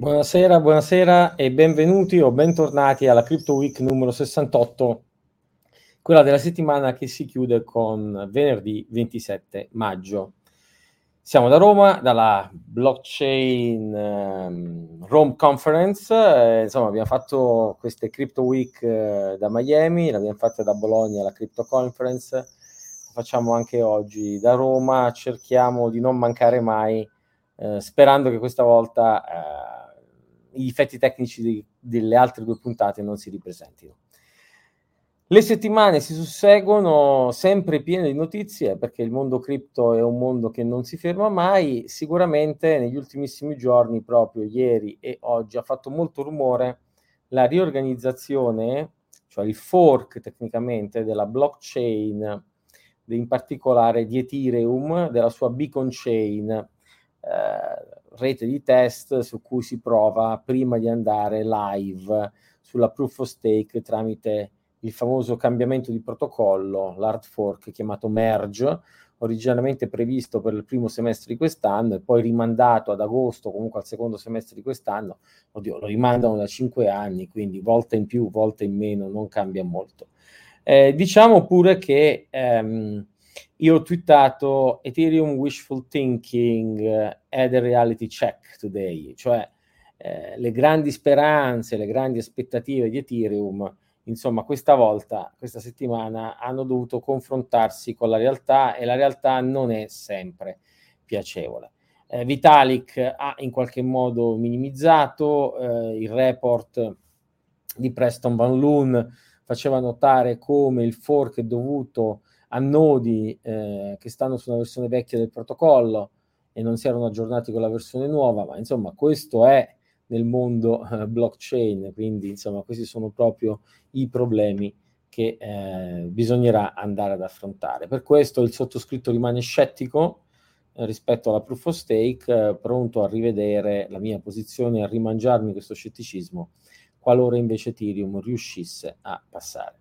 Buonasera, buonasera e benvenuti o bentornati alla Crypto Week numero 68, quella della settimana che si chiude con venerdì 27 maggio. Siamo da Roma, dalla Blockchain Rome Conference, insomma abbiamo fatto queste Crypto Week da Miami, l'abbiamo fatta da Bologna la Crypto Conference, lo facciamo anche oggi da Roma, cerchiamo di non mancare mai, sperando che questa volta gli effetti tecnici delle altre due puntate non si ripresentino. Le settimane si susseguono sempre piene di notizie perché il mondo cripto è un mondo che non si ferma mai. Sicuramente negli ultimissimi giorni, proprio ieri e oggi, ha fatto molto rumore la riorganizzazione, cioè il fork tecnicamente della blockchain, in particolare di Ethereum, della sua Beacon Chain, rete di test su cui si prova prima di andare live sulla proof of stake tramite il famoso cambiamento di protocollo, l'hard fork chiamato merge, originariamente previsto per il primo semestre di quest'anno e poi rimandato ad agosto, comunque al secondo semestre di quest'anno. Oddio, lo rimandano da 5 anni, quindi volta in più, volta in meno, non cambia molto. Diciamo pure che io ho twittato Ethereum wishful thinking had a reality check today, cioè le grandi speranze, le grandi aspettative di Ethereum, insomma, questa volta, questa settimana, hanno dovuto confrontarsi con la realtà e la realtà non è sempre piacevole. Vitalik ha in qualche modo minimizzato il report di Preston Van Loon, faceva notare come il fork è dovuto a nodi che stanno su una versione vecchia del protocollo e non si erano aggiornati con la versione nuova, ma insomma questo è nel mondo blockchain, quindi insomma questi sono proprio i problemi che bisognerà andare ad affrontare. Per questo il sottoscritto rimane scettico rispetto alla proof of stake, pronto a rivedere la mia posizione e a rimangiarmi questo scetticismo qualora invece Ethereum riuscisse a passare.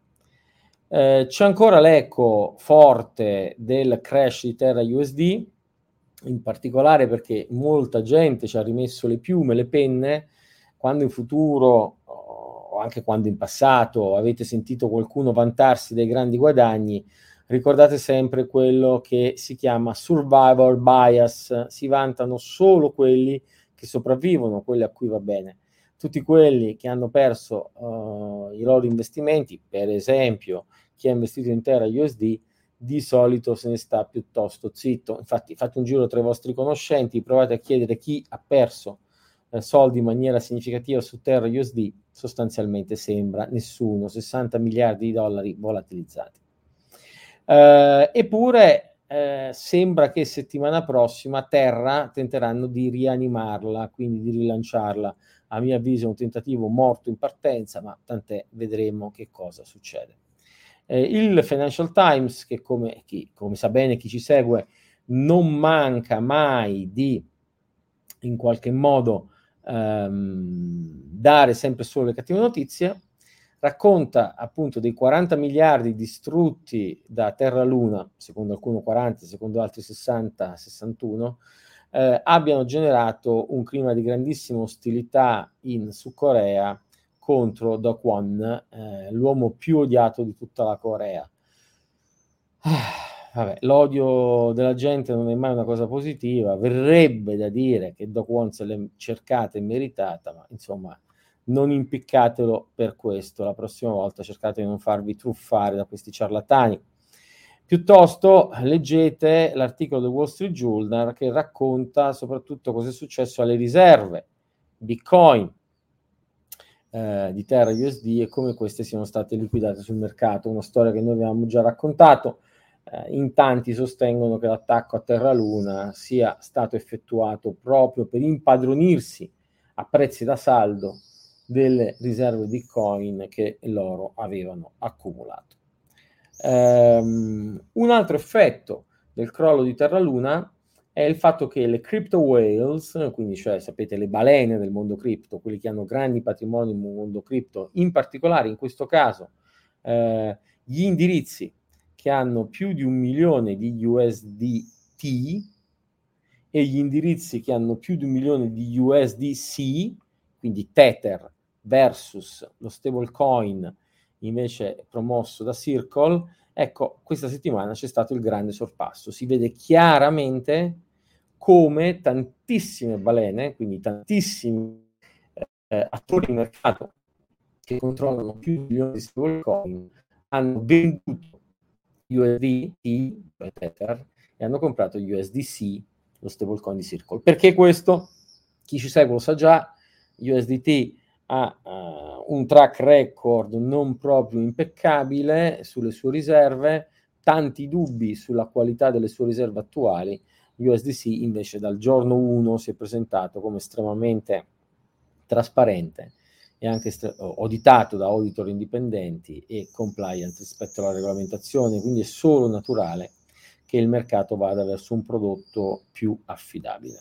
C'è ancora l'eco forte del crash di Terra USD, in particolare perché molta gente ci ha rimesso le piume, le penne, quando in futuro o anche quando in passato avete sentito qualcuno vantarsi dei grandi guadagni, ricordate sempre quello che si chiama survivor bias, si vantano solo quelli che sopravvivono, quelli a cui va bene. Tutti quelli che hanno perso i loro investimenti, per esempio chi ha investito in Terra USD, di solito se ne sta piuttosto zitto. Infatti fate un giro tra i vostri conoscenti, provate a chiedere chi ha perso soldi in maniera significativa su Terra USD, sostanzialmente sembra nessuno, 60 miliardi di dollari volatilizzati. Eppure sembra che settimana prossima Terra tenteranno di rianimarla, quindi di rilanciarla. A mio avviso è un tentativo morto in partenza, ma tant'è, vedremo che cosa succede. Il Financial Times, che come sa bene chi ci segue, non manca mai di in qualche modo dare sempre solo le cattive notizie, racconta appunto dei 40 miliardi distrutti da Terra Luna, secondo alcuni 40, secondo altri 60, 61, abbiano generato un clima di grandissima ostilità in Sud Corea contro Do Kwon, l'uomo più odiato di tutta la Corea. Vabbè, l'odio della gente non è mai una cosa positiva, verrebbe da dire che Do Kwon se l'è cercata e meritata, ma insomma non impiccatelo per questo, la prossima volta cercate di non farvi truffare da questi ciarlatani. Piuttosto leggete l'articolo del Wall Street Journal che racconta soprattutto cosa è successo alle riserve Bitcoin di Terra USD e come queste siano state liquidate sul mercato, una storia che noi avevamo già raccontato. In tanti sostengono che l'attacco a Terra Luna sia stato effettuato proprio per impadronirsi a prezzi da saldo delle riserve Bitcoin che loro avevano accumulato. Un altro effetto del crollo di Terra Luna è il fatto che le crypto whales, quindi cioè sapete le balene del mondo cripto, quelli che hanno grandi patrimoni nel mondo cripto, in particolare in questo caso gli indirizzi che hanno più di 1 milione di USDT e gli indirizzi che hanno più di 1 milione di USDC, quindi Tether versus lo stablecoin invece promosso da Circle, ecco, questa settimana c'è stato il grande sorpasso. Si vede chiaramente come tantissime balene, quindi tantissimi attori di mercato che controllano più milioni di stablecoin, hanno venduto USDT, Tether, e hanno comprato USDC, lo stablecoin di Circle. Perché questo? Chi ci segue lo sa già, USDT ha un track record non proprio impeccabile sulle sue riserve, tanti dubbi sulla qualità delle sue riserve attuali. USDC invece dal giorno 1 si è presentato come estremamente trasparente e anche auditato da auditor indipendenti e compliant rispetto alla regolamentazione, quindi è solo naturale che il mercato vada verso un prodotto più affidabile.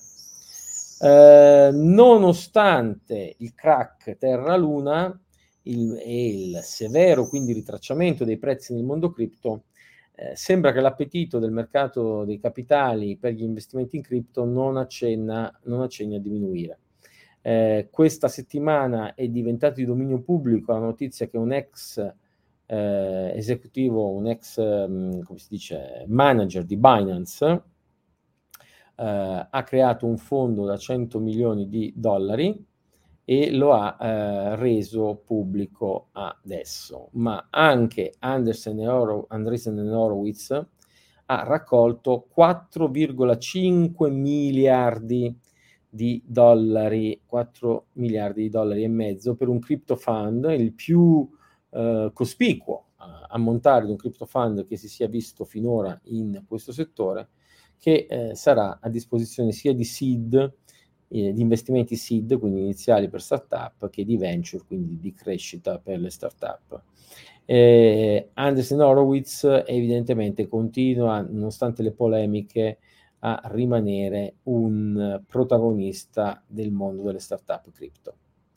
Nonostante il crack Terra Luna e il severo quindi ritracciamento dei prezzi nel mondo cripto, sembra che l'appetito del mercato dei capitali per gli investimenti in cripto non accenna a diminuire. Questa settimana è diventato di dominio pubblico la notizia che un ex esecutivo, un ex come si dice, manager di Binance ha creato un fondo da 100 milioni di dollari e lo ha reso pubblico adesso, ma anche Andreessen Horowitz ha raccolto 4,5 miliardi di dollari, 4 miliardi di dollari e mezzo per un crypto fund, il più cospicuo ammontare di un crypto fund che si sia visto finora in questo settore, che sarà a disposizione sia di seed, di investimenti seed, quindi iniziali per startup, che di venture, quindi di crescita per le startup. Andreessen Horowitz evidentemente continua, nonostante le polemiche, a rimanere un protagonista del mondo delle startup cripto.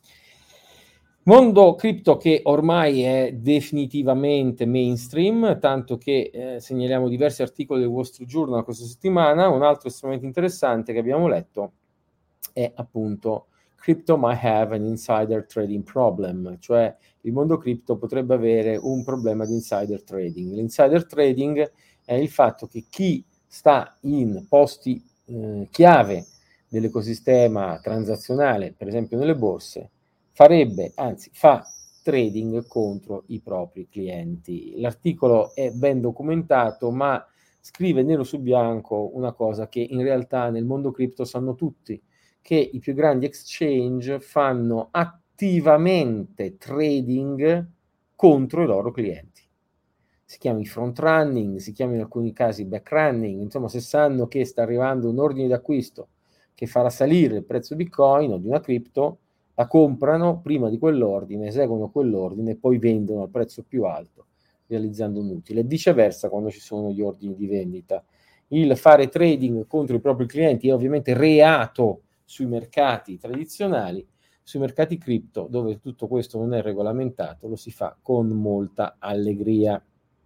Mondo cripto che ormai è definitivamente mainstream, tanto che segnaliamo diversi articoli del Wall Street Journal questa settimana. Un altro estremamente interessante che abbiamo letto è appunto Crypto might have an insider trading problem, cioè il mondo cripto potrebbe avere un problema di insider trading. L'insider trading è il fatto che chi sta in posti chiave dell'ecosistema transazionale, per esempio nelle borse, fa trading contro i propri clienti. L'articolo è ben documentato, ma scrive nero su bianco una cosa che in realtà nel mondo cripto sanno tutti, che i più grandi exchange fanno attivamente trading contro i loro clienti. Si chiami front running, si chiama in alcuni casi back running, insomma, se sanno che sta arrivando un ordine d'acquisto che farà salire il prezzo Bitcoin o di una cripto, la comprano prima di quell'ordine, eseguono quell'ordine e poi vendono al prezzo più alto, realizzando un utile. E viceversa quando ci sono gli ordini di vendita. Il fare trading contro i propri clienti è ovviamente reato sui mercati tradizionali. Sui mercati cripto, dove tutto questo non è regolamentato, lo si fa con molta allegria.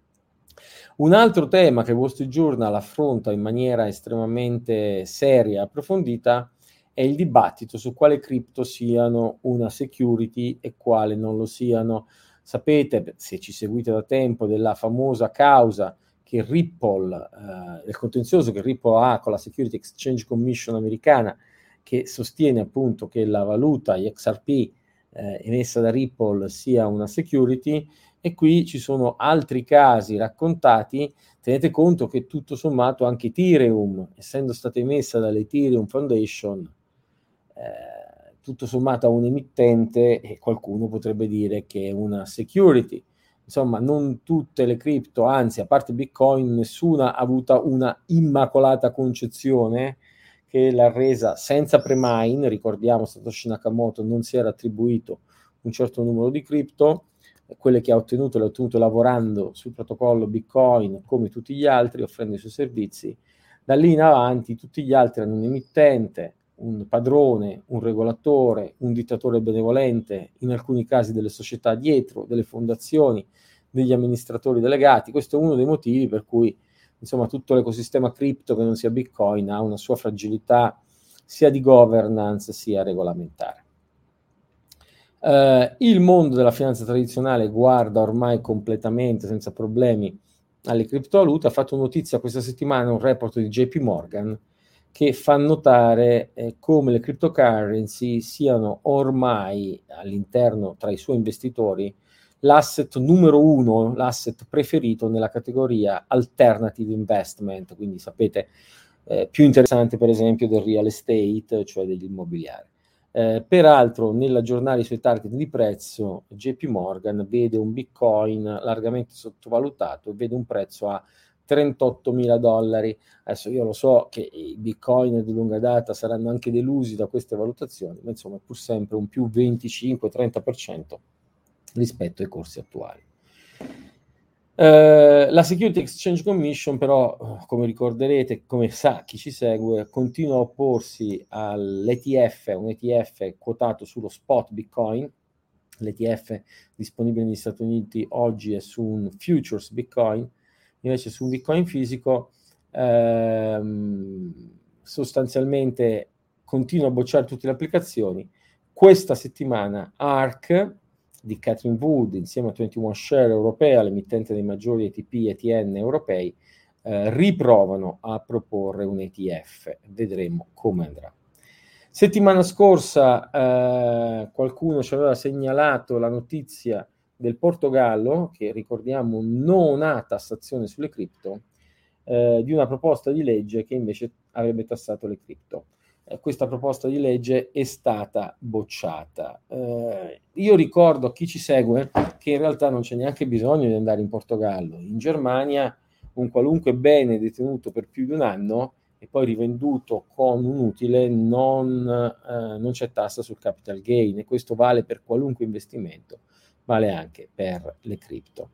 Un altro tema che Wall Street Journal affronta in maniera estremamente seria e approfondita è il dibattito su quale cripto siano una security e quale non lo siano. Sapete, se ci seguite da tempo, della famosa causa che Ripple, del contenzioso che Ripple ha con la Security Exchange Commission americana, che sostiene appunto che la valuta XRP emessa da Ripple sia una security, e qui ci sono altri casi raccontati. Tenete conto che tutto sommato anche Ethereum, essendo stata emessa dall'Ethereum Foundation, tutto sommato a un emittente, e qualcuno potrebbe dire che è una security. Insomma, non tutte le cripto, anzi, a parte Bitcoin, nessuna ha avuto una immacolata concezione che l'ha resa senza pre-mine. Ricordiamo, Satoshi Nakamoto non si era attribuito un certo numero di cripto, quelle che ha ottenuto le ha ottenute lavorando sul protocollo Bitcoin come tutti gli altri, offrendo i suoi servizi. Da lì in avanti tutti gli altri hanno un emittente, un padrone, un regolatore, un dittatore benevolente, in alcuni casi delle società dietro, delle fondazioni, degli amministratori delegati. Questo è uno dei motivi per cui, insomma, tutto l'ecosistema cripto che non sia Bitcoin ha una sua fragilità sia di governance sia regolamentare. Il mondo della finanza tradizionale guarda ormai completamente, senza problemi, alle criptovalute. Ha fatto notizia questa settimana un report di JP Morgan che fa notare come le cryptocurrency siano ormai all'interno, tra i suoi investitori, l'asset numero uno, l'asset preferito nella categoria alternative investment, quindi sapete, più interessante per esempio del real estate, cioè degli immobiliari. Peraltro nell'aggiornare i suoi target di prezzo, JP Morgan vede un Bitcoin largamente sottovalutato e vede un prezzo a $38.000. Adesso io lo so che i Bitcoin di lunga data saranno anche delusi da queste valutazioni, ma insomma è pur sempre un più 25-30% rispetto ai corsi attuali. La Security Exchange Commission però, come ricorderete, come sa chi ci segue, continua a opporsi all'ETF, un ETF quotato sullo spot Bitcoin. L'ETF disponibile negli Stati Uniti oggi è su un futures Bitcoin, invece su un Bitcoin fisico sostanzialmente continua a bocciare tutte le applicazioni. Questa settimana ARK di Catherine Wood insieme a 21 Share europea, l'emittente dei maggiori ETP e ETN europei, riprovano a proporre un ETF. Vedremo come andrà. Settimana scorsa qualcuno ci aveva segnalato la notizia del Portogallo, che ricordiamo non ha tassazione sulle cripto, di una proposta di legge che invece avrebbe tassato le cripto. Questa proposta di legge è stata bocciata. Io ricordo a chi ci segue che in realtà non c'è neanche bisogno di andare in Portogallo. In Germania un qualunque bene detenuto per più di un anno e poi rivenduto con un utile non c'è tassa sul capital gain, e questo vale per qualunque investimento, vale anche per le cripto.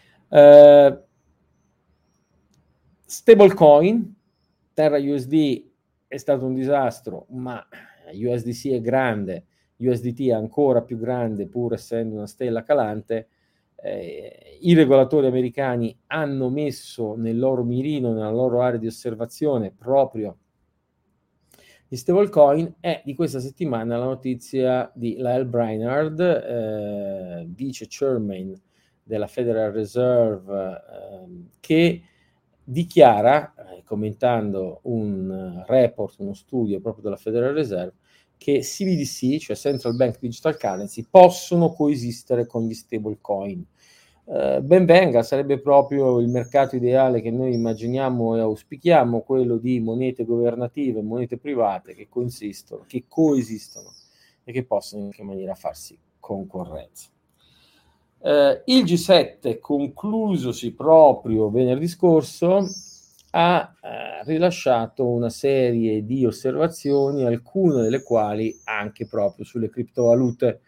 Stablecoin, Terra USD è stato un disastro, ma USDC è grande, USDT è ancora più grande pur essendo una stella calante. I regolatori americani hanno messo nel loro mirino, nella loro area di osservazione proprio gli stablecoin. È di questa settimana la notizia di Lael Brainard, vice chairman della Federal Reserve, che dichiara, commentando un report, uno studio proprio della Federal Reserve, che CBDC, cioè Central Bank Digital Currency, possono coesistere con gli stablecoin. Ben venga, sarebbe proprio il mercato ideale che noi immaginiamo e auspichiamo, quello di monete governative e monete private che coesistono e che possono in qualche maniera farsi concorrenza. Il G7, conclusosi proprio venerdì scorso, ha rilasciato una serie di osservazioni, alcune delle quali anche proprio sulle criptovalute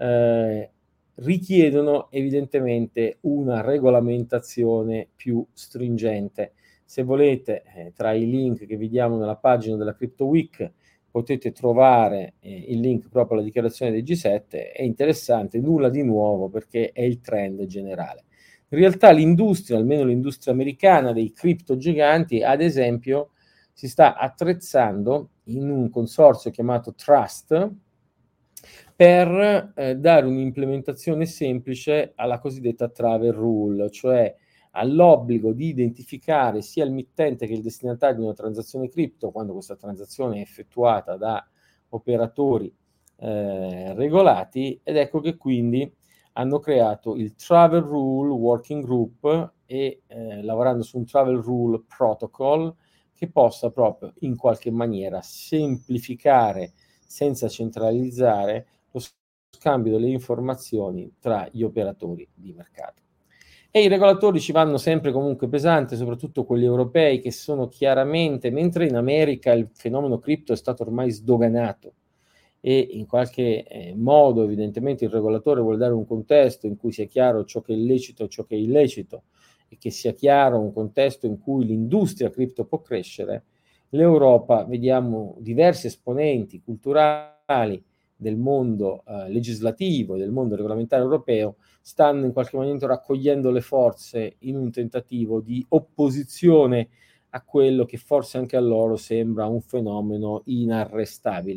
richiedono evidentemente una regolamentazione più stringente. Se volete, tra i link che vi diamo nella pagina della Crypto Week, potete trovare il link proprio alla dichiarazione del G7. È interessante, nulla di nuovo perché è il trend generale. In realtà l'industria, almeno l'industria americana dei cripto giganti, ad esempio, si sta attrezzando in un consorzio chiamato Trust per dare un'implementazione semplice alla cosiddetta travel rule, cioè all'obbligo di identificare sia il mittente che il destinatario di una transazione cripto quando questa transazione è effettuata da operatori regolati, ed ecco che quindi hanno creato il Travel Rule Working Group e lavorando su un Travel Rule Protocol che possa proprio in qualche maniera semplificare senza centralizzare lo scambio delle informazioni tra gli operatori di mercato. E i regolatori ci vanno sempre comunque pesante, soprattutto quelli europei, che sono chiaramente, mentre in America il fenomeno cripto è stato ormai sdoganato e in qualche modo evidentemente il regolatore vuole dare un contesto in cui sia chiaro ciò che è lecito e ciò che è illecito e che sia chiaro un contesto in cui l'industria cripto può crescere, l'Europa vediamo diversi esponenti culturali del mondo legislativo e del mondo regolamentare europeo stanno in qualche momento raccogliendo le forze in un tentativo di opposizione a quello che forse anche a loro sembra un fenomeno inarrestabile.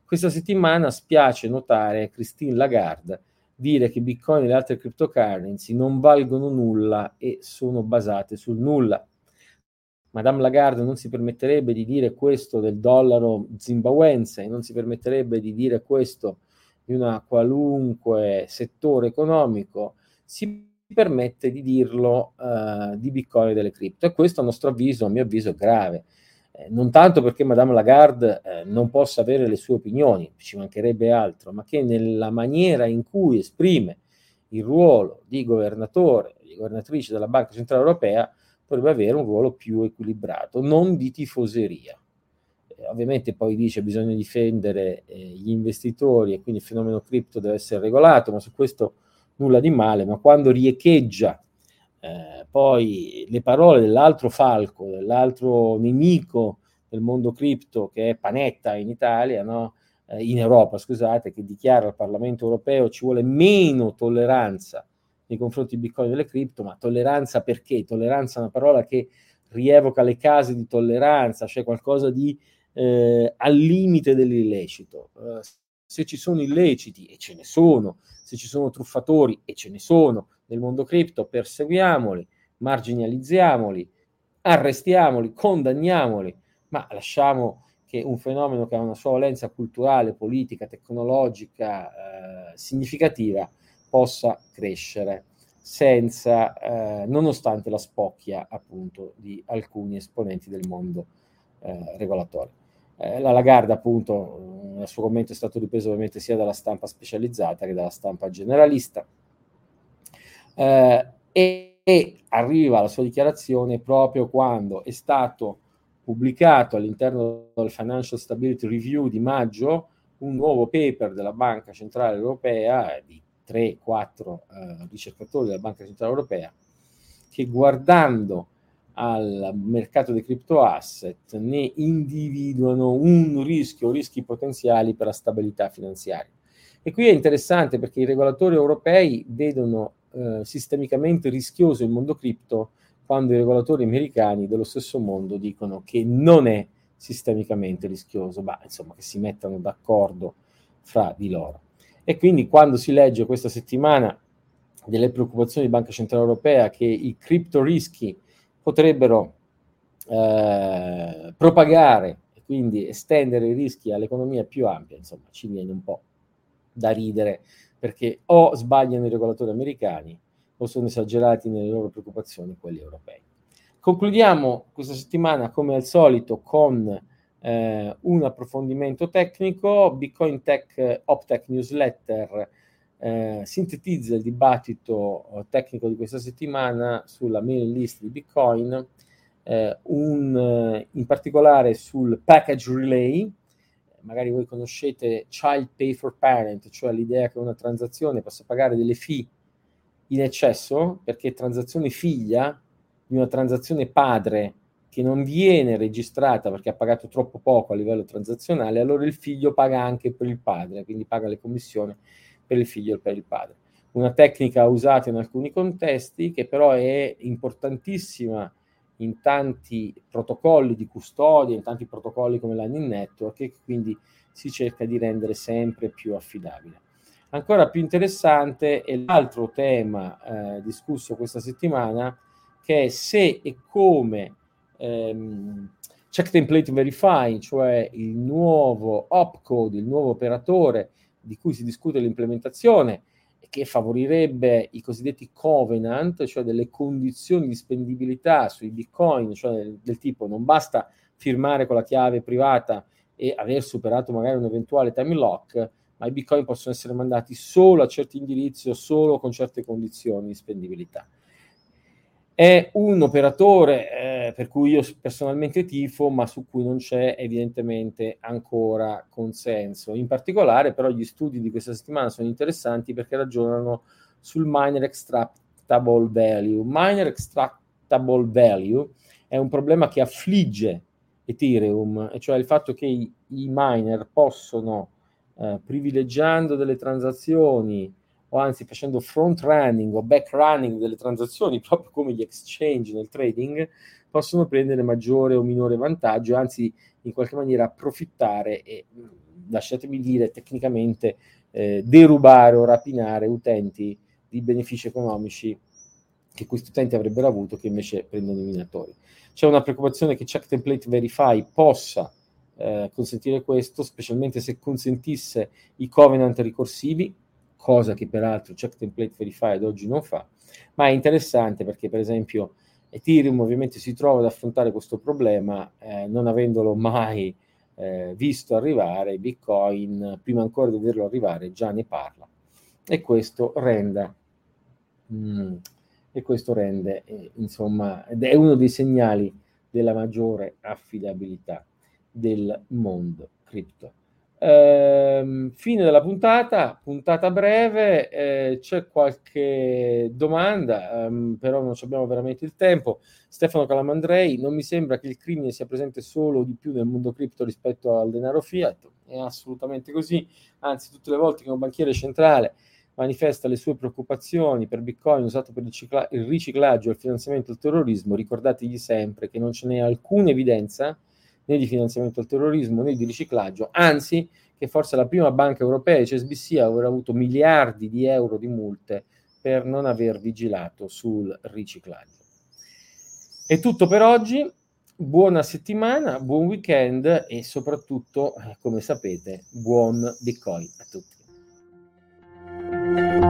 Questa settimana spiace notare Christine Lagarde dire che Bitcoin e le altre cryptocurrency non valgono nulla e sono basate sul nulla. Madame Lagarde non si permetterebbe di dire questo del dollaro zimbabuense, non si permetterebbe di dire questo di una qualunque settore economico, si permette di dirlo di Bitcoin e delle cripto, e questo a nostro avviso, a mio avviso, è grave. Non tanto perché Madame Lagarde non possa avere le sue opinioni, ci mancherebbe altro, ma che nella maniera in cui esprime il ruolo di governatore, di governatrice della Banca Centrale Europea, dovrebbe avere un ruolo più equilibrato, non di tifoseria. Ovviamente poi dice che bisogna difendere gli investitori e quindi il fenomeno cripto deve essere regolato, ma su questo nulla di male, ma quando riecheggia poi le parole dell'altro falco, dell'altro nemico del mondo cripto, che è Panetta in Italia, no? In Europa, scusate, che dichiara al Parlamento europeo ci vuole meno tolleranza nei confronti di Bitcoin e delle cripto, ma tolleranza perché? Tolleranza è una parola che rievoca le case di tolleranza, cioè qualcosa di al limite dell'illecito. Se ci sono illeciti, e ce ne sono, se ci sono truffatori, e ce ne sono nel mondo cripto, perseguiamoli, marginalizziamoli, arrestiamoli, condanniamoli, ma lasciamo che un fenomeno che ha una sua valenza culturale, politica, tecnologica significativa possa crescere senza, nonostante la spocchia appunto di alcuni esponenti del mondo regolatorio. La Lagarde appunto, il suo commento è stato ripreso ovviamente sia dalla stampa specializzata che dalla stampa generalista, e arriva la sua dichiarazione proprio quando è stato pubblicato all'interno del Financial Stability Review di maggio un nuovo paper della Banca Centrale Europea, di 3-4 ricercatori della Banca Centrale Europea, che guardando al mercato dei crypto asset ne individuano un rischio, rischi potenziali per la stabilità finanziaria. E qui è interessante perché i regolatori europei vedono sistemicamente rischioso il mondo cripto, quando i regolatori americani dello stesso mondo dicono che non è sistemicamente rischioso, ma insomma che si mettano d'accordo fra di loro. E quindi quando si legge questa settimana delle preoccupazioni di Banca Centrale Europea che i cripto rischi potrebbero propagare e quindi estendere i rischi all'economia più ampia, insomma ci viene un po' da ridere, perché o sbagliano i regolatori americani o sono esagerati nelle loro preoccupazioni quelli europei. Concludiamo questa settimana come al solito con un approfondimento tecnico. Bitcoin Tech Optech Newsletter sintetizza il dibattito tecnico di questa settimana sulla mailing list di Bitcoin, in particolare sul package relay. Magari voi conoscete Child Pay for Parent, cioè l'idea che una transazione possa pagare delle fee in eccesso, perché transazione figlia di una transazione padre che non viene registrata perché ha pagato troppo poco a livello transazionale, allora il figlio paga anche per il padre, quindi paga le commissioni per il figlio e per il padre. Una tecnica usata in alcuni contesti che però è importantissima in tanti protocolli di custodia, in tanti protocolli come l'Lightning Network, e quindi si cerca di rendere sempre più affidabile. Ancora più interessante è l'altro tema discusso questa settimana, che è se e come Check Template Verify, cioè il nuovo opcode, il nuovo operatore di cui si discute l'implementazione, che favorirebbe i cosiddetti covenant, cioè delle condizioni di spendibilità sui bitcoin, cioè del tipo non basta firmare con la chiave privata e aver superato magari un eventuale time lock, ma i bitcoin possono essere mandati solo a certi indirizzi o solo con certe condizioni di spendibilità. È un operatore per cui io personalmente tifo, ma su cui non c'è evidentemente ancora consenso. In particolare, però, gli studi di questa settimana sono interessanti perché ragionano sul miner extractable value. Miner extractable value è un problema che affligge Ethereum, e cioè il fatto che i miner possono, privilegiando delle transazioni, o anzi facendo front running o back running delle transazioni, proprio come gli exchange nel trading, possono prendere maggiore o minore vantaggio, anzi in qualche maniera approfittare e lasciatemi dire, tecnicamente derubare o rapinare utenti di benefici economici che questi utenti avrebbero avuto, che invece prendono i minatori. C'è una preoccupazione che Check Template Verify possa consentire questo, specialmente se consentisse i covenant ricorsivi, cosa che peraltro Check Template Verify ad oggi non fa, ma è interessante perché per esempio Ethereum ovviamente si trova ad affrontare questo problema non avendolo mai visto arrivare. Bitcoin, prima ancora di vederlo arrivare, già ne parla, e questo rende insomma, ed è uno dei segnali della maggiore affidabilità del mondo cripto. Fine della puntata breve, c'è qualche domanda, però non abbiamo veramente il tempo. Stefano Calamandrei: non mi sembra che il crimine sia presente solo di più nel mondo cripto rispetto al denaro fiat. È assolutamente così, anzi tutte le volte che un banchiere centrale manifesta le sue preoccupazioni per Bitcoin usato per il riciclaggio e il finanziamento del terrorismo, ricordategli sempre che non ce n'è alcuna evidenza né di finanziamento al terrorismo né di riciclaggio, anzi che forse la prima banca europea, HSBC, avrà avuto miliardi di euro di multe per non aver vigilato sul riciclaggio. È tutto per oggi, buona settimana, buon weekend e soprattutto, come sapete, buon Bitcoin a tutti.